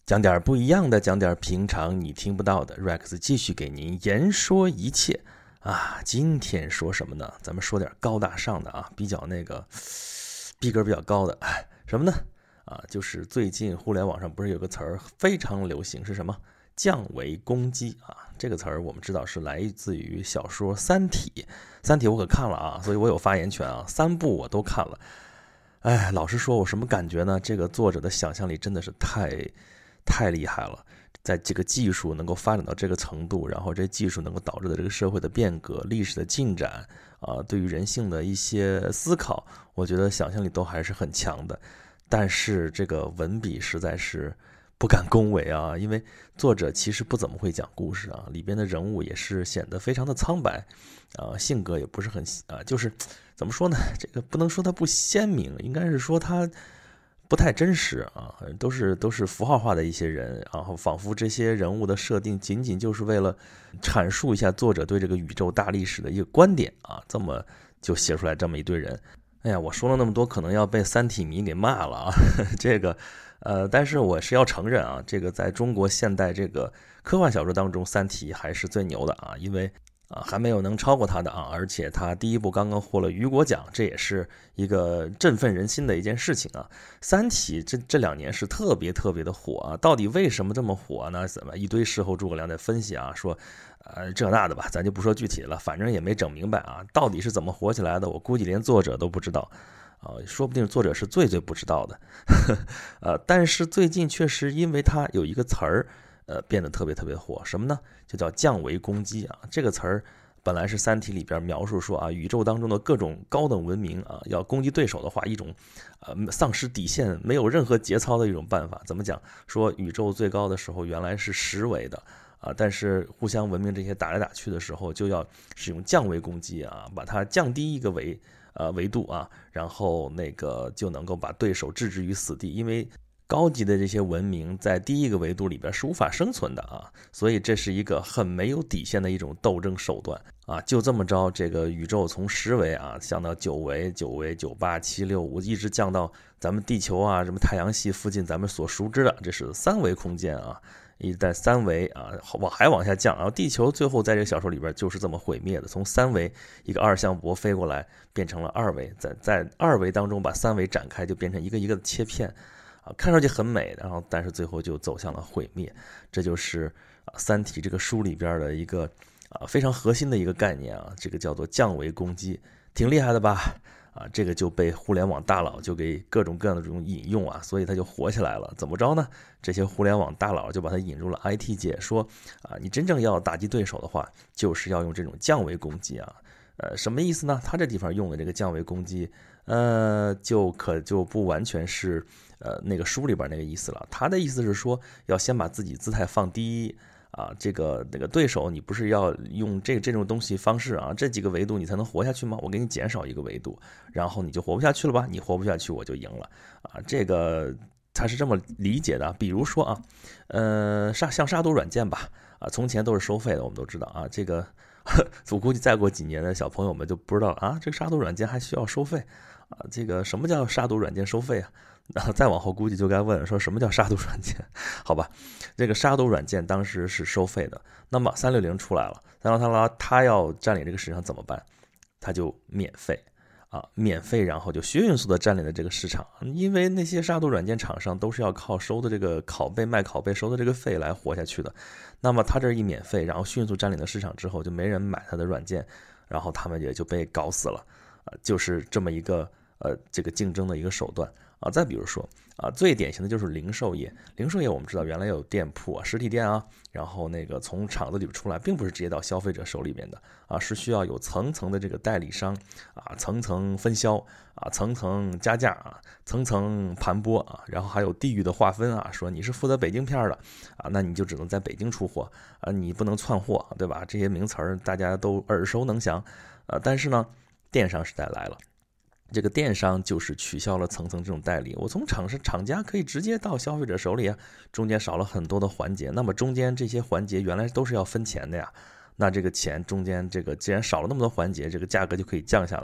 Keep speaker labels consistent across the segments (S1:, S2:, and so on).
S1: 讲点不一样的，讲点平常你听不到的。Rex 继续给您言说一切啊！今天说什么呢？咱们说点高大上的啊，比较逼格比较高的。什么呢？就是最近互联网上不是有个词儿非常流行，是什么？降维攻击啊！这个词儿我们知道是来自于小说《三体》，《三体》我可看了啊，所以我有发言权啊，3部我都看了。老实说，我什么感觉呢？这个作者的想象力真的是太厉害了，在这个技术能够发展到这个程度，然后这技术能够导致的这个社会的变革、历史的进展对于人性的一些思考，我觉得想象力都还是很强的。但是这个文笔实在是不敢恭维啊，因为作者其实不怎么会讲故事啊，里边的人物也是显得非常的苍白性格也不是很就是怎么说呢？这个不能说他不鲜明，应该是说他不太真实啊，都是符号化的一些人，然后仿佛这些人物的设定仅仅就是为了阐述一下作者对这个宇宙大历史的一个观点啊，这么就写出来这么一堆人。我说了那么多，可能要被三体迷给骂了啊。这个但是我是要承认啊，这个在中国现代这个科幻小说当中，三体还是最牛的啊，因为还没有能超过他的啊，而且他第一部刚刚获了雨果奖，这也是一个振奋人心的一件事情啊。三体这2年是特别的火啊，到底为什么这么火呢？怎么一堆事后诸葛亮在分析啊，说这那的吧，咱就不说具体了，反正也没整明白啊，到底是怎么火起来的，我估计连作者都不知道说不定作者是最不知道的但是最近确实因为他有一个词儿变得特别火，什么呢？就叫降维攻击啊。这个词儿本来是《三体》里边描述说宇宙当中的各种高等文明要攻击对手的话，一种丧失底线、没有任何节操的一种办法。怎么讲？说宇宙最高的时候原来是10维的但是互相文明这些打来打去的时候，就要使用降维攻击把它降低一个维度然后那个就能够把对手置之于死地，因为高级的这些文明在第一个维度里边是无法生存的所以这是一个很没有底线的一种斗争手段就这么着，这个宇宙从10维降到9维、9维、9、8、7、6、5，一直降到咱们地球什么太阳系附近咱们所熟知的，这是3维空间一直在3维还往下降，然后地球最后在这个小说里边就是这么毁灭的，从3维一个2向箔飞过来变成了2维，在2维当中把3维展开，就变成一个一个的切片看上去很美，然后但是最后就走向了毁灭。这就是三体这个书里边的一个非常核心的一个概念这个叫做降维攻击，挺厉害的吧这个就被互联网大佬就给各种各样的这种引用所以它就火起来了。怎么着呢？这些互联网大佬就把它引入了 IT 界，说你真正要打击对手的话，就是要用这种降维攻击什么意思呢？他这地方用的这个降维攻击就不完全是那个书里边那个意思了。他的意思是说，要先把自己姿态放低那个对手，你不是要用这种东西方式这几个维度你才能活下去吗？我给你减少一个维度，然后你就活不下去了吧？你活不下去，我就赢了这个他是这么理解的。比如说像杀毒软件吧从前都是收费的，我们都知道这个我估计再过几年的小朋友们就不知道这个杀毒软件还需要收费这个什么叫杀毒软件收费然后再往后估计就该问说什么叫杀毒软件好吧，这个杀毒软件当时是收费的，那么360出来了，360他要占领这个市场怎么办？他就免费免费，然后就迅速的占领了这个市场，因为那些杀毒软件厂商都是要靠收的这个卖拷贝收的这个费来活下去的。那么他这一免费，然后迅速占领了市场之后，就没人买他的软件，然后他们也就被搞死了就是这么一个这个竞争的一个手段再比如说最典型的就是零售业。零售业我们知道原来有店铺实体店然后那个从厂子里出来，并不是直接到消费者手里面的是需要有层层的这个代理商层层分销层层加价层层盘剥然后还有地域的划分说你是负责北京片的那你就只能在北京出货你不能窜货，对吧？这些名词儿大家都耳熟能详但是呢，电商时代来了。这个电商就是取消了层层这种代理，我从厂家可以直接到消费者手里中间少了很多的环节。那么中间这些环节原来都是要分钱的那这个钱中间这个既然少了那么多环节，这个价格就可以降下来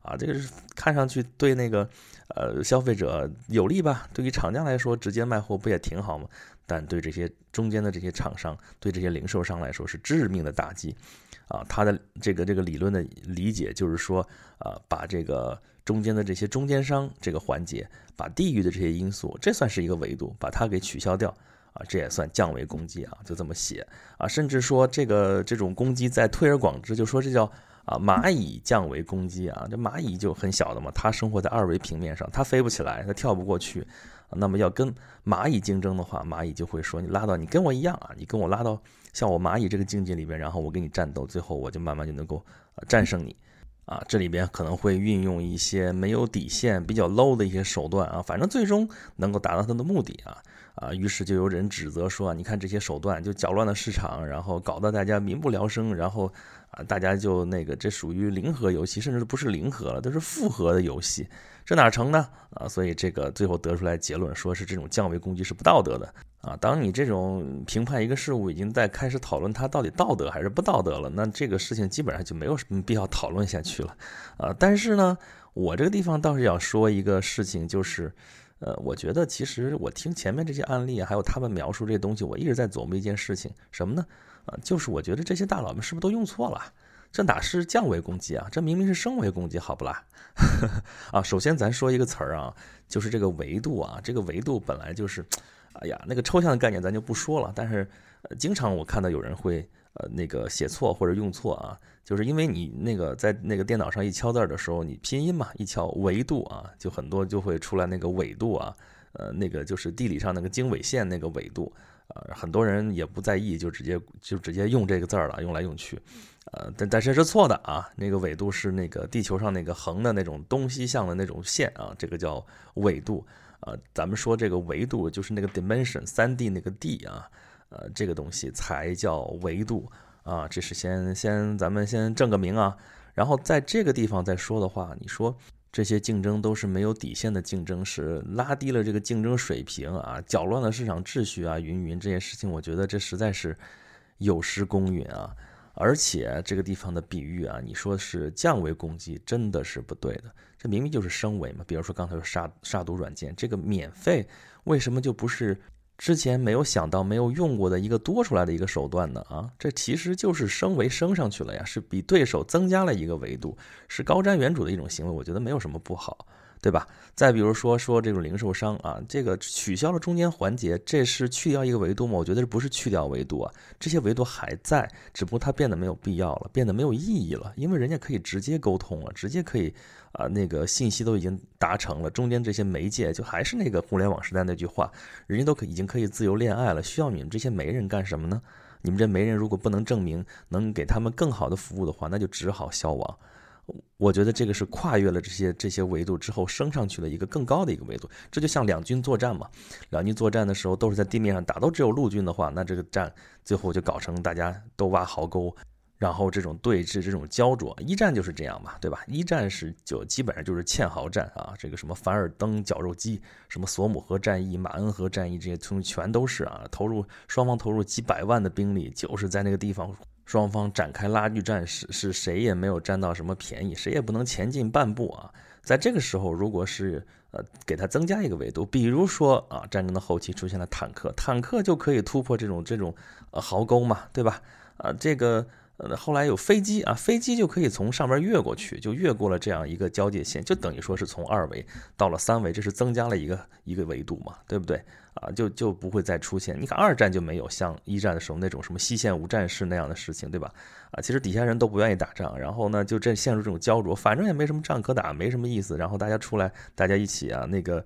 S1: 啊，这个是看上去对那个消费者有利吧？对于厂家来说，直接卖货不也挺好吗？但对这些中间的这些厂商，对这些零售商来说是致命的打击啊！他的这个理论的理解就是说，把这个中间的这些中间商这个环节，把地域的这些因素，这算是一个维度，把它给取消掉啊，这也算降维攻击啊，就这么写啊，甚至说这种攻击在推而广之，就说这叫蚂蚁降维攻击啊，这蚂蚁就很小的嘛，它生活在二维平面上，它飞不起来，它跳不过去。那么要跟蚂蚁竞争的话，蚂蚁就会说你跟我一样啊，你跟我拉到像我蚂蚁这个境界里边，然后我跟你战斗，最后我就慢慢就能够战胜你啊。这里边可能会运用一些没有底线、比较 low 的一些手段啊，反正最终能够达到他的目的啊。于是就有人指责说，你看这些手段就搅乱了市场，然后搞得大家民不聊生，然后大家就这属于零和游戏，甚至不是零和了，都是复合的游戏。这哪成呢？所以这个最后得出来结论，说是这种降维攻击是不道德的啊。当你这种评判一个事物已经在开始讨论它到底道德还是不道德了，那这个事情基本上就没有什么必要讨论下去了但是呢，我这个地方倒是要说一个事情，就是我觉得其实我听前面这些案例还有他们描述这些东西，我一直在琢磨一件事情，什么呢？就是我觉得这些大佬们是不是都用错了？这哪是降维攻击啊？这明明是升维攻击，好不啦？首先咱说一个词儿啊，就是这个维度啊，这个维度本来就是，那个抽象的概念咱就不说了，但是经常我看到有人会写错或者用错啊，就是因为你在那个电脑上一敲字的时候，你拼音嘛，一敲纬度啊，就很多就会出来那个纬度啊，就是地理上那个经纬线那个纬度。很多人也不在意，就直接用这个字了，用来用去，但是错的啊。那个纬度是那个地球上那个横的那种东西向的那种线啊，这个叫纬度咱们说这个维度就是那个 dimension 3D 那个 D 啊，这个东西才叫维度啊。这是咱们先正个名啊，然后在这个地方再说的话，你说。这些竞争都是没有底线的竞争，是拉低了这个竞争水平啊，搅乱了市场秩序啊，云这些事情，我觉得这实在是有失公允啊。而且这个地方的比喻啊，你说是降维攻击，真的是不对的。这明明就是升维嘛。比如说刚才说杀毒软件，这个免费为什么就不是之前没有想到、没有用过的一个多出来的一个手段呢？这其实就是升维升上去了呀，是比对手增加了一个维度，是高瞻远瞩的一种行为，我觉得没有什么不好，对吧？再比如说这种零售商啊，这个取消了中间环节，这是去掉一个维度吗？我觉得不是去掉维度啊，这些维度还在，只不过它变得没有必要了，变得没有意义了，因为人家可以直接沟通了，直接可以信息都已经达成了，中间这些媒介就还是那个互联网时代那句话，人家已经可以自由恋爱了，需要你们这些媒人干什么呢？你们这媒人如果不能证明能给他们更好的服务的话，那就只好消亡。我觉得这个是跨越了这些维度之后升上去了一个更高的一个维度。这就像两军作战嘛，两军作战的时候都是在地面上打，都只有陆军的话，那这个战最后就搞成大家都挖壕沟，然后这种对峙，这种焦灼。一战就是这样嘛，对吧？一战就基本上就是堑壕战啊，这个什么凡尔登绞肉机，什么索姆河战役、马恩河战役，这些全都是双方投入几百万的兵力，就是在那个地方双方展开拉锯战，是谁也没有占到什么便宜，谁也不能前进半步啊。在这个时候，如果是给它增加一个维度，比如说战争的后期出现了坦克就可以突破这种壕沟嘛，对吧？后来有飞机飞机就可以从上边越过去，就越过了这样一个交界线，就等于说是从2维到了3维，这是增加了一个维度嘛，对不对？就不会再出现。你看2战就没有像1战的时候那种什么西线无战事那样的事情，对吧？其实底下人都不愿意打仗，然后呢就陷入这种焦灼，反正也没什么仗可打，没什么意思，然后大家出来，大家一起那个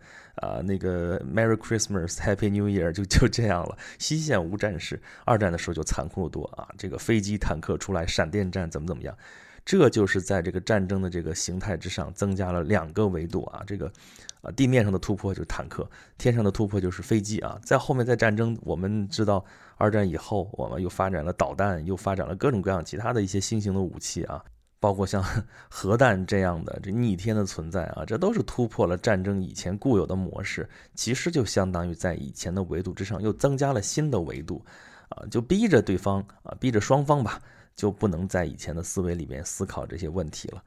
S1: Merry Christmas Happy New Year 就这样了。西线无战事，2战的时候就残酷多这个飞机坦克出来，闪电战怎么样？这就是在这个战争的这个形态之上增加了2个维度这个地面上的突破就是坦克，天上的突破就是飞机在后面在战争，我们知道2战以后我们又发展了导弹，又发展了各种各样其他的一些新型的武器包括像核弹这样的这逆天的存在这都是突破了战争以前固有的模式，其实就相当于在以前的维度之上又增加了新的维度就逼着对方逼着双方吧，就不能在以前的思维里面思考这些问题了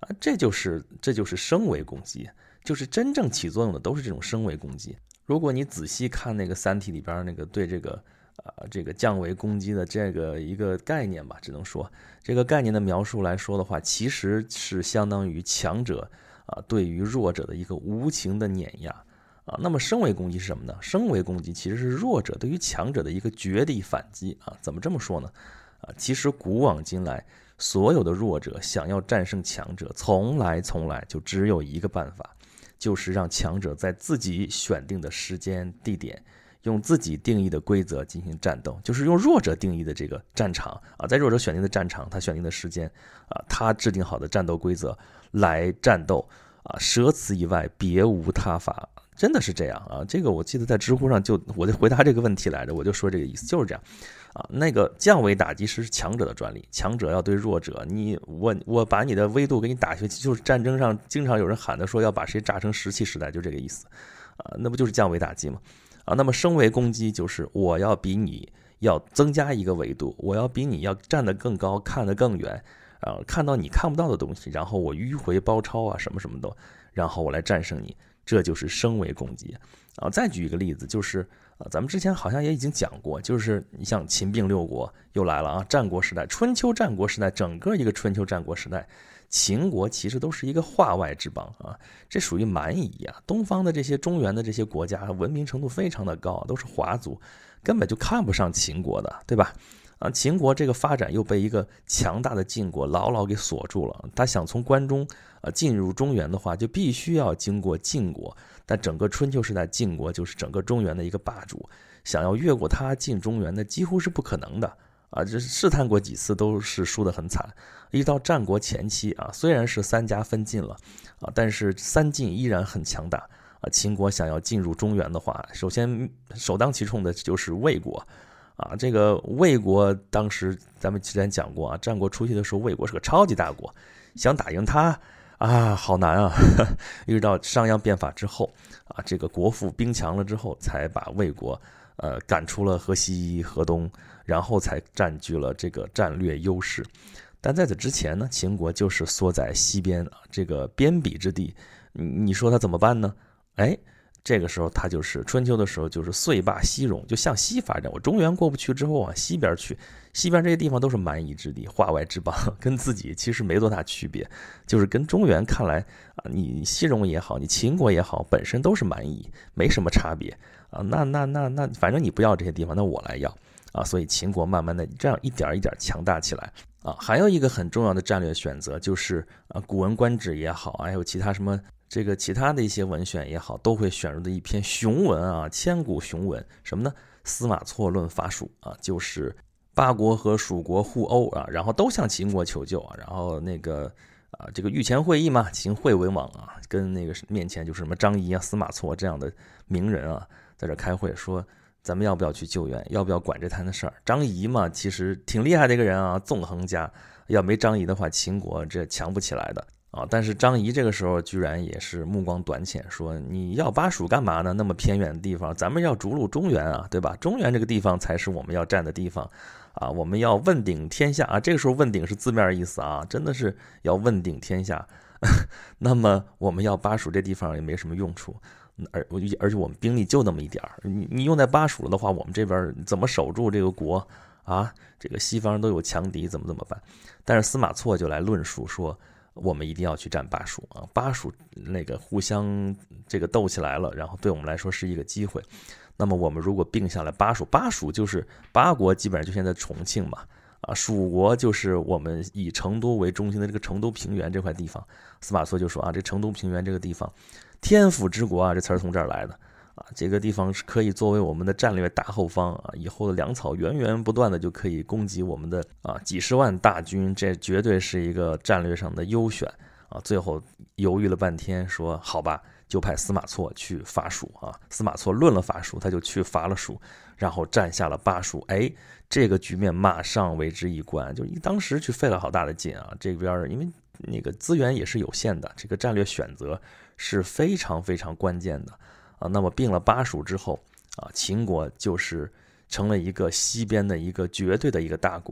S1: 啊，这就是升维攻击，就是真正起作用的都是这种升维攻击。如果你仔细看那个《三体》里边那个对这个降维攻击的这个一个概念吧，只能说这个概念的描述来说的话，其实是相当于强者对于弱者的一个无情的碾压啊。那么升维攻击是什么呢？升维攻击其实是弱者对于强者的一个绝地反击啊。怎么这么说呢？其实古往今来，所有的弱者想要战胜强者，从来就只有一个办法，就是让强者在自己选定的时间地点，用自己定义的规则进行战斗，就是用弱者定义的这个战场啊，在弱者选定的战场，他选定的时间啊，他制定好的战斗规则来战斗啊，舍此以外别无他法。真的是这样啊！这个我记得在知乎上我就回答这个问题来着，我就说这个意思就是这样啊。那个降维打击是强者的专利，强者要对弱者，我把你的维度给你打下去，就是战争上经常有人喊的说要把谁炸成石器时代，就这个意思啊，那不就是降维打击吗？啊，那么升维攻击就是我要比你要增加一个维度，我要比你要站得更高，看得更远，看到你看不到的东西，然后我迂回包抄啊，什么什么的，然后我来战胜你。这就是升维攻击啊！再举一个例子，就是咱们之前好像也已经讲过，就是你像秦并六国又来了啊，战国时代、春秋战国时代，整个一个春秋战国时代，秦国其实都是一个化外之邦啊，这属于蛮夷啊。东方的这些中原的这些国家，文明程度非常的高，都是华族，根本就看不上秦国的，对吧？啊，秦国这个发展又被一个强大的晋国牢牢给锁住了。他想从关中进入中原的话，就必须要经过晋国。但整个春秋时代，晋国就是整个中原的一个霸主，想要越过他进中原的几乎是不可能的啊！这试探过几次都是输得很惨。一直到战国前期啊，虽然是三家分晋了啊，但是三晋依然很强大啊。秦国想要进入中原的话，首先首当其冲的就是魏国。啊，这个魏国当时咱们之前讲过啊，战国初期的时候，魏国是个超级大国，想打赢他啊，好难啊！一直到商鞅变法之后啊，这个国富兵强了之后，才把魏国赶出了河西、河东，然后才占据了这个战略优势。但在此之前呢，秦国就是缩在西边啊，这个边鄙之地，你说他怎么办呢？哎。这个时候，他就是春秋的时候，就是遂霸西戎，就向西发展。我中原过不去之后，往西边去，西边这些地方都是蛮夷之地、化外之邦，跟自己其实没多大区别，就是跟中原看来啊，你西戎也好，你秦国也好，本身都是蛮夷，没什么差别啊。那，反正你不要这些地方，那我来要啊。所以秦国慢慢的这样一点一点强大起来啊。还有一个很重要的战略选择就是啊，《古文观止》也好，还有其他什么。这个其他的一些文选也好，都会选入的一篇雄文啊，千古雄文，什么呢？司马错论伐蜀啊，就是八国和蜀国互殴啊，然后都向秦国求救啊，然后那个这个御前会议嘛，秦惠文王啊，跟那个面前就是什么张仪啊、司马错这样的名人啊，在这开会说，咱们要不要去救援，要不要管这摊的事儿？张仪嘛，其实挺厉害的一个人啊，纵横家，要没张仪的话，秦国这强不起来的。啊！但是张仪这个时候居然也是目光短浅，说你要巴蜀干嘛呢？那么偏远的地方，咱们要逐鹿中原啊，对吧？中原这个地方才是我们要占的地方啊！我们要问鼎天下啊！这个时候问鼎是字面意思啊，真的是要问鼎天下。那么我们要巴蜀这地方也没什么用处，而且我们兵力就那么一点儿，你用在巴蜀了的话，我们这边怎么守住这个国啊？这个西方都有强敌，怎么办？但是司马错就来论述说。我们一定要去占巴蜀啊！巴蜀那个互相这个斗起来了，然后对我们来说是一个机会。那么我们如果并下来巴蜀就是八国基本上就现在重庆嘛，啊，蜀国就是我们以成都为中心的这个成都平原这块地方。司马错就说啊，这成都平原这个地方，天府之国啊，这词儿从这儿来的。啊，这个地方是可以作为我们的战略大后方啊，以后的粮草源源不断的就可以供给我们的几十万大军，这绝对是一个战略上的优选啊。最后犹豫了半天，说好吧，就派司马错去伐蜀啊。司马错论了伐蜀，他就去伐了蜀，然后占下了巴蜀。哎，这个局面马上为之一关，就当时去费了好大的劲啊。这边因为那个资源也是有限的，这个战略选择是非常非常关键的。啊，那么并了巴蜀之后啊，秦国就是成了一个西边的一个绝对的一个大国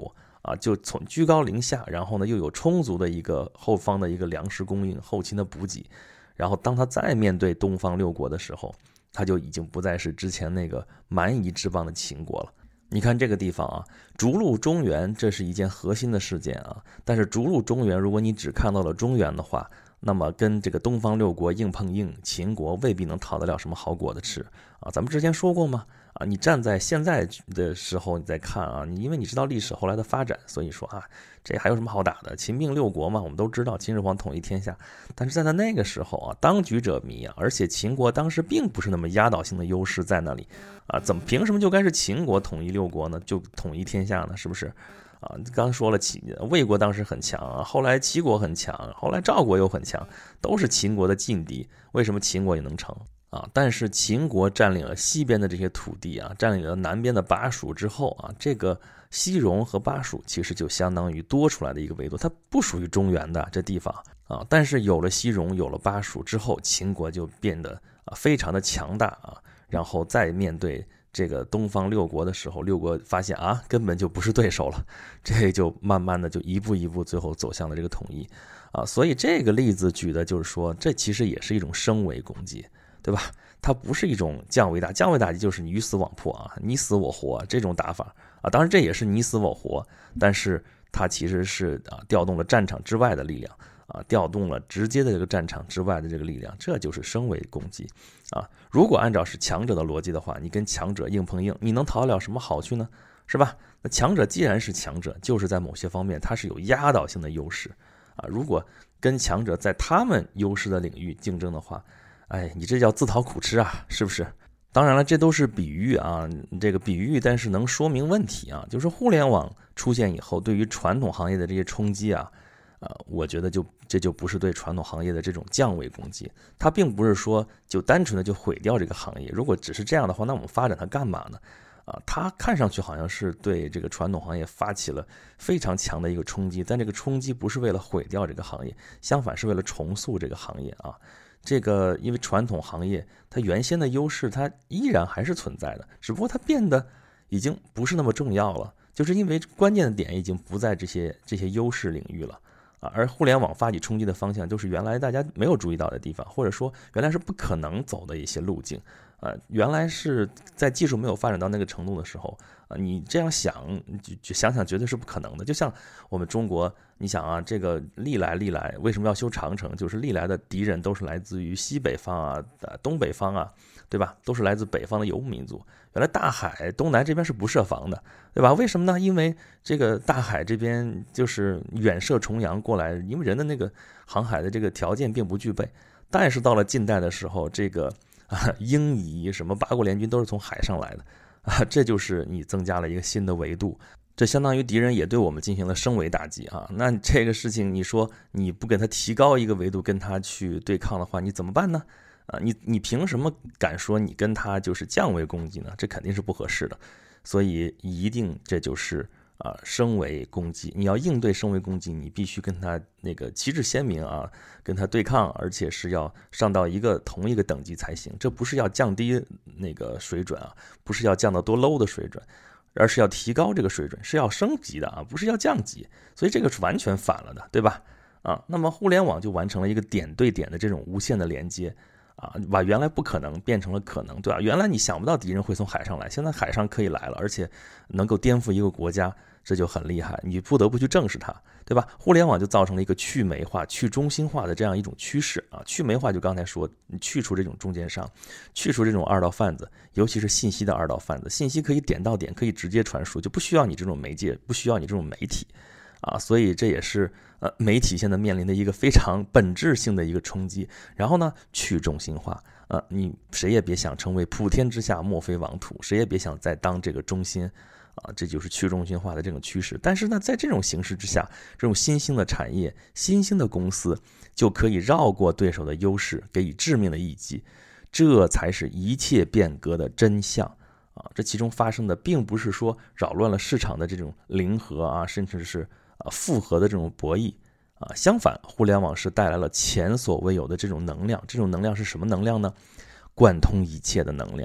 S1: 啊，就从居高临下，然后呢又有充足的一个后方的一个粮食供应、后勤的补给，然后当他再面对东方六国的时候，他就已经不再是之前那个蛮夷之邦的秦国了。你看这个地方啊，逐鹿中原，这是一件核心的事件啊。但是逐鹿中原，如果你只看到了中原的话，那么跟这个东方六国硬碰硬，秦国未必能讨得了什么好果子吃啊。咱们之前说过嘛，啊，你站在现在的时候你再看啊，因为你知道历史后来的发展，所以说啊，这还有什么好打的？秦并六国嘛，我们都知道秦始皇统一天下。但是在他那个时候啊，当局者迷啊，而且秦国当时并不是那么压倒性的优势在那里啊，凭什么就该是秦国统一六国呢？就统一天下呢？是不是？啊，刚说了魏国当时很强啊，后来齐国很强，后来赵国又很强，都是秦国的劲敌。为什么秦国也能成啊？但是秦国占领了西边的这些土地啊，占领了南边的巴蜀之后啊，这个西戎和巴蜀其实就相当于多出来的一个维度，它不属于中原的这地方啊。但是有了西戎，有了巴蜀之后，秦国就变得非常的强大啊，然后再面对这个东方六国的时候，六国发现啊，根本就不是对手了，这就慢慢的就一步一步最后走向了这个统一啊。所以这个例子举的就是说，这其实也是一种升维攻击，对吧？它不是一种降维打击，降维打击就是你鱼死网破啊，你死我活这种打法啊。当然这也是你死我活，但是它其实是调动了战场之外的力量啊，调动了直接的这个战场之外的这个力量，这就是升维攻击啊。如果按照是强者的逻辑的话，你跟强者硬碰硬，你能讨得了什么好处呢？是吧？那强者既然是强者，就是在某些方面它是有压倒性的优势啊。如果跟强者在他们优势的领域竞争的话，哎，你这叫自讨苦吃啊，是不是？当然了，这都是比喻啊，这个比喻，但是能说明问题啊。就是互联网出现以后，对于传统行业的这些冲击啊，我觉得这就不是对传统行业的这种降维攻击，它并不是说就单纯的就毁掉这个行业。如果只是这样的话，那我们发展它干嘛呢？啊，它看上去好像是对这个传统行业发起了非常强的一个冲击，但这个冲击不是为了毁掉这个行业，相反是为了重塑这个行业啊。这个因为传统行业它原先的优势它依然还是存在的，只不过它变得已经不是那么重要了，就是因为关键的点已经不在这些优势领域了啊。而互联网发起冲击的方向就是原来大家没有注意到的地方，或者说原来是不可能走的一些路径原来是在技术没有发展到那个程度的时候你这样想就想想绝对是不可能的。就像我们中国，你想啊，这个历来为什么要修长城？就是历来的敌人都是来自于西北方啊、东北方啊，对吧？都是来自北方的游牧民族。原来大海东南这边是不设防的，对吧？为什么呢？因为这个大海这边就是远涉重洋过来，因为人的那个航海的这个条件并不具备。但是到了近代的时候，这个英夷什么八国联军都是从海上来的这就是你增加了一个新的维度，这相当于敌人也对我们进行了升维打击啊。那这个事情你说你不给他提高一个维度跟他去对抗的话，你怎么办呢？你凭什么敢说你跟他就是降维攻击呢？这肯定是不合适的，所以一定这就是升维攻击。你要应对升维攻击，你必须跟他那个旗帜鲜明啊，跟他对抗，而且是要上到同一个等级才行。这不是要降低那个水准啊，不是要降到多 low 的水准，而是要提高这个水准，是要升级的啊，不是要降级。所以这个是完全反了的，对吧？那么互联网就完成了一个点对点的这种无限的连接。把原来不可能变成了可能，对吧？原来你想不到敌人会从海上来，现在海上可以来了，而且能够颠覆一个国家，这就很厉害，你不得不去正视它，对吧？互联网就造成了一个去美化、去中心化的这样一种趋势啊。去美化就刚才说，你去除这种中间商，去除这种二道贩子，尤其是信息的二道贩子，信息可以点到点，可以直接传输，就不需要你这种媒介，不需要你这种媒体。所以这也是媒体现在面临的一个非常本质性的一个冲击。然后呢，去中心化，你谁也别想成为普天之下莫非王土，谁也别想再当这个中心这就是去中心化的这种趋势。但是呢，在这种形势之下，这种新兴的产业、新兴的公司就可以绕过对手的优势，给予致命的一击。这才是一切变革的真相这其中发生的并不是说扰乱了市场的这种零和甚至是复合的这种博弈相反，互联网是带来了前所未有的这种能量。这种能量是什么能量呢？贯通一切的能量。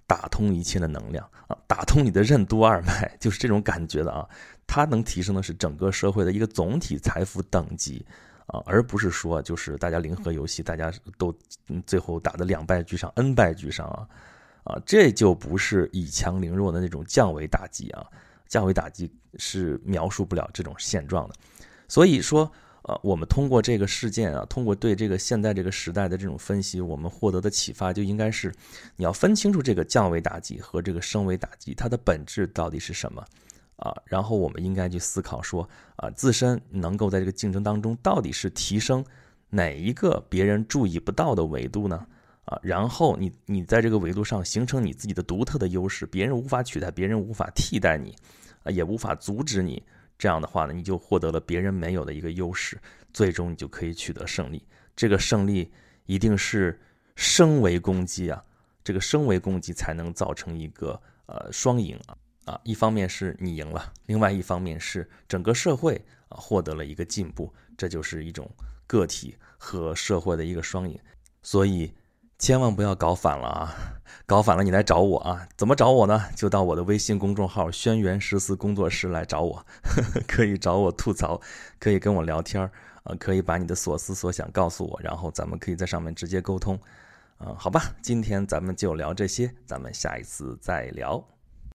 S1: 打通一切的能量啊，打通你的任督二脉，就是这种感觉的啊。它能提升的是整个社会的一个总体财富等级啊，而不是说就是大家零和游戏，大家都最后打得2败俱伤、N 败俱伤啊，这就不是以强凌弱的那种降维打击啊，降维打击是描述不了这种现状的。所以说，我们通过这个事件啊，通过对这个现在这个时代的这种分析，我们获得的启发就应该是，你要分清楚这个降维打击和这个升维打击，它的本质到底是什么啊？然后我们应该去思考说，自身能够在这个竞争当中，到底是提升哪一个别人注意不到的维度呢？然后你在这个维度上形成你自己的独特的优势，别人无法取代，别人无法替代你，也无法阻止你。这样的话呢，你就获得了别人没有的一个优势，最终你就可以取得胜利。这个胜利一定是升维攻击啊，这个升维攻击才能造成一个双赢啊。一方面是你赢了，另外一方面是整个社会获得了一个进步，这就是一种个体和社会的一个双赢。所以千万不要搞反了啊！搞反了你来找我啊！怎么找我呢？就到我的微信公众号轩辕十四工作室来找我，可以找我吐槽，可以跟我聊天可以把你的所思所想告诉我，然后咱们可以在上面直接沟通好吧，今天咱们就聊这些，咱们下一次再聊。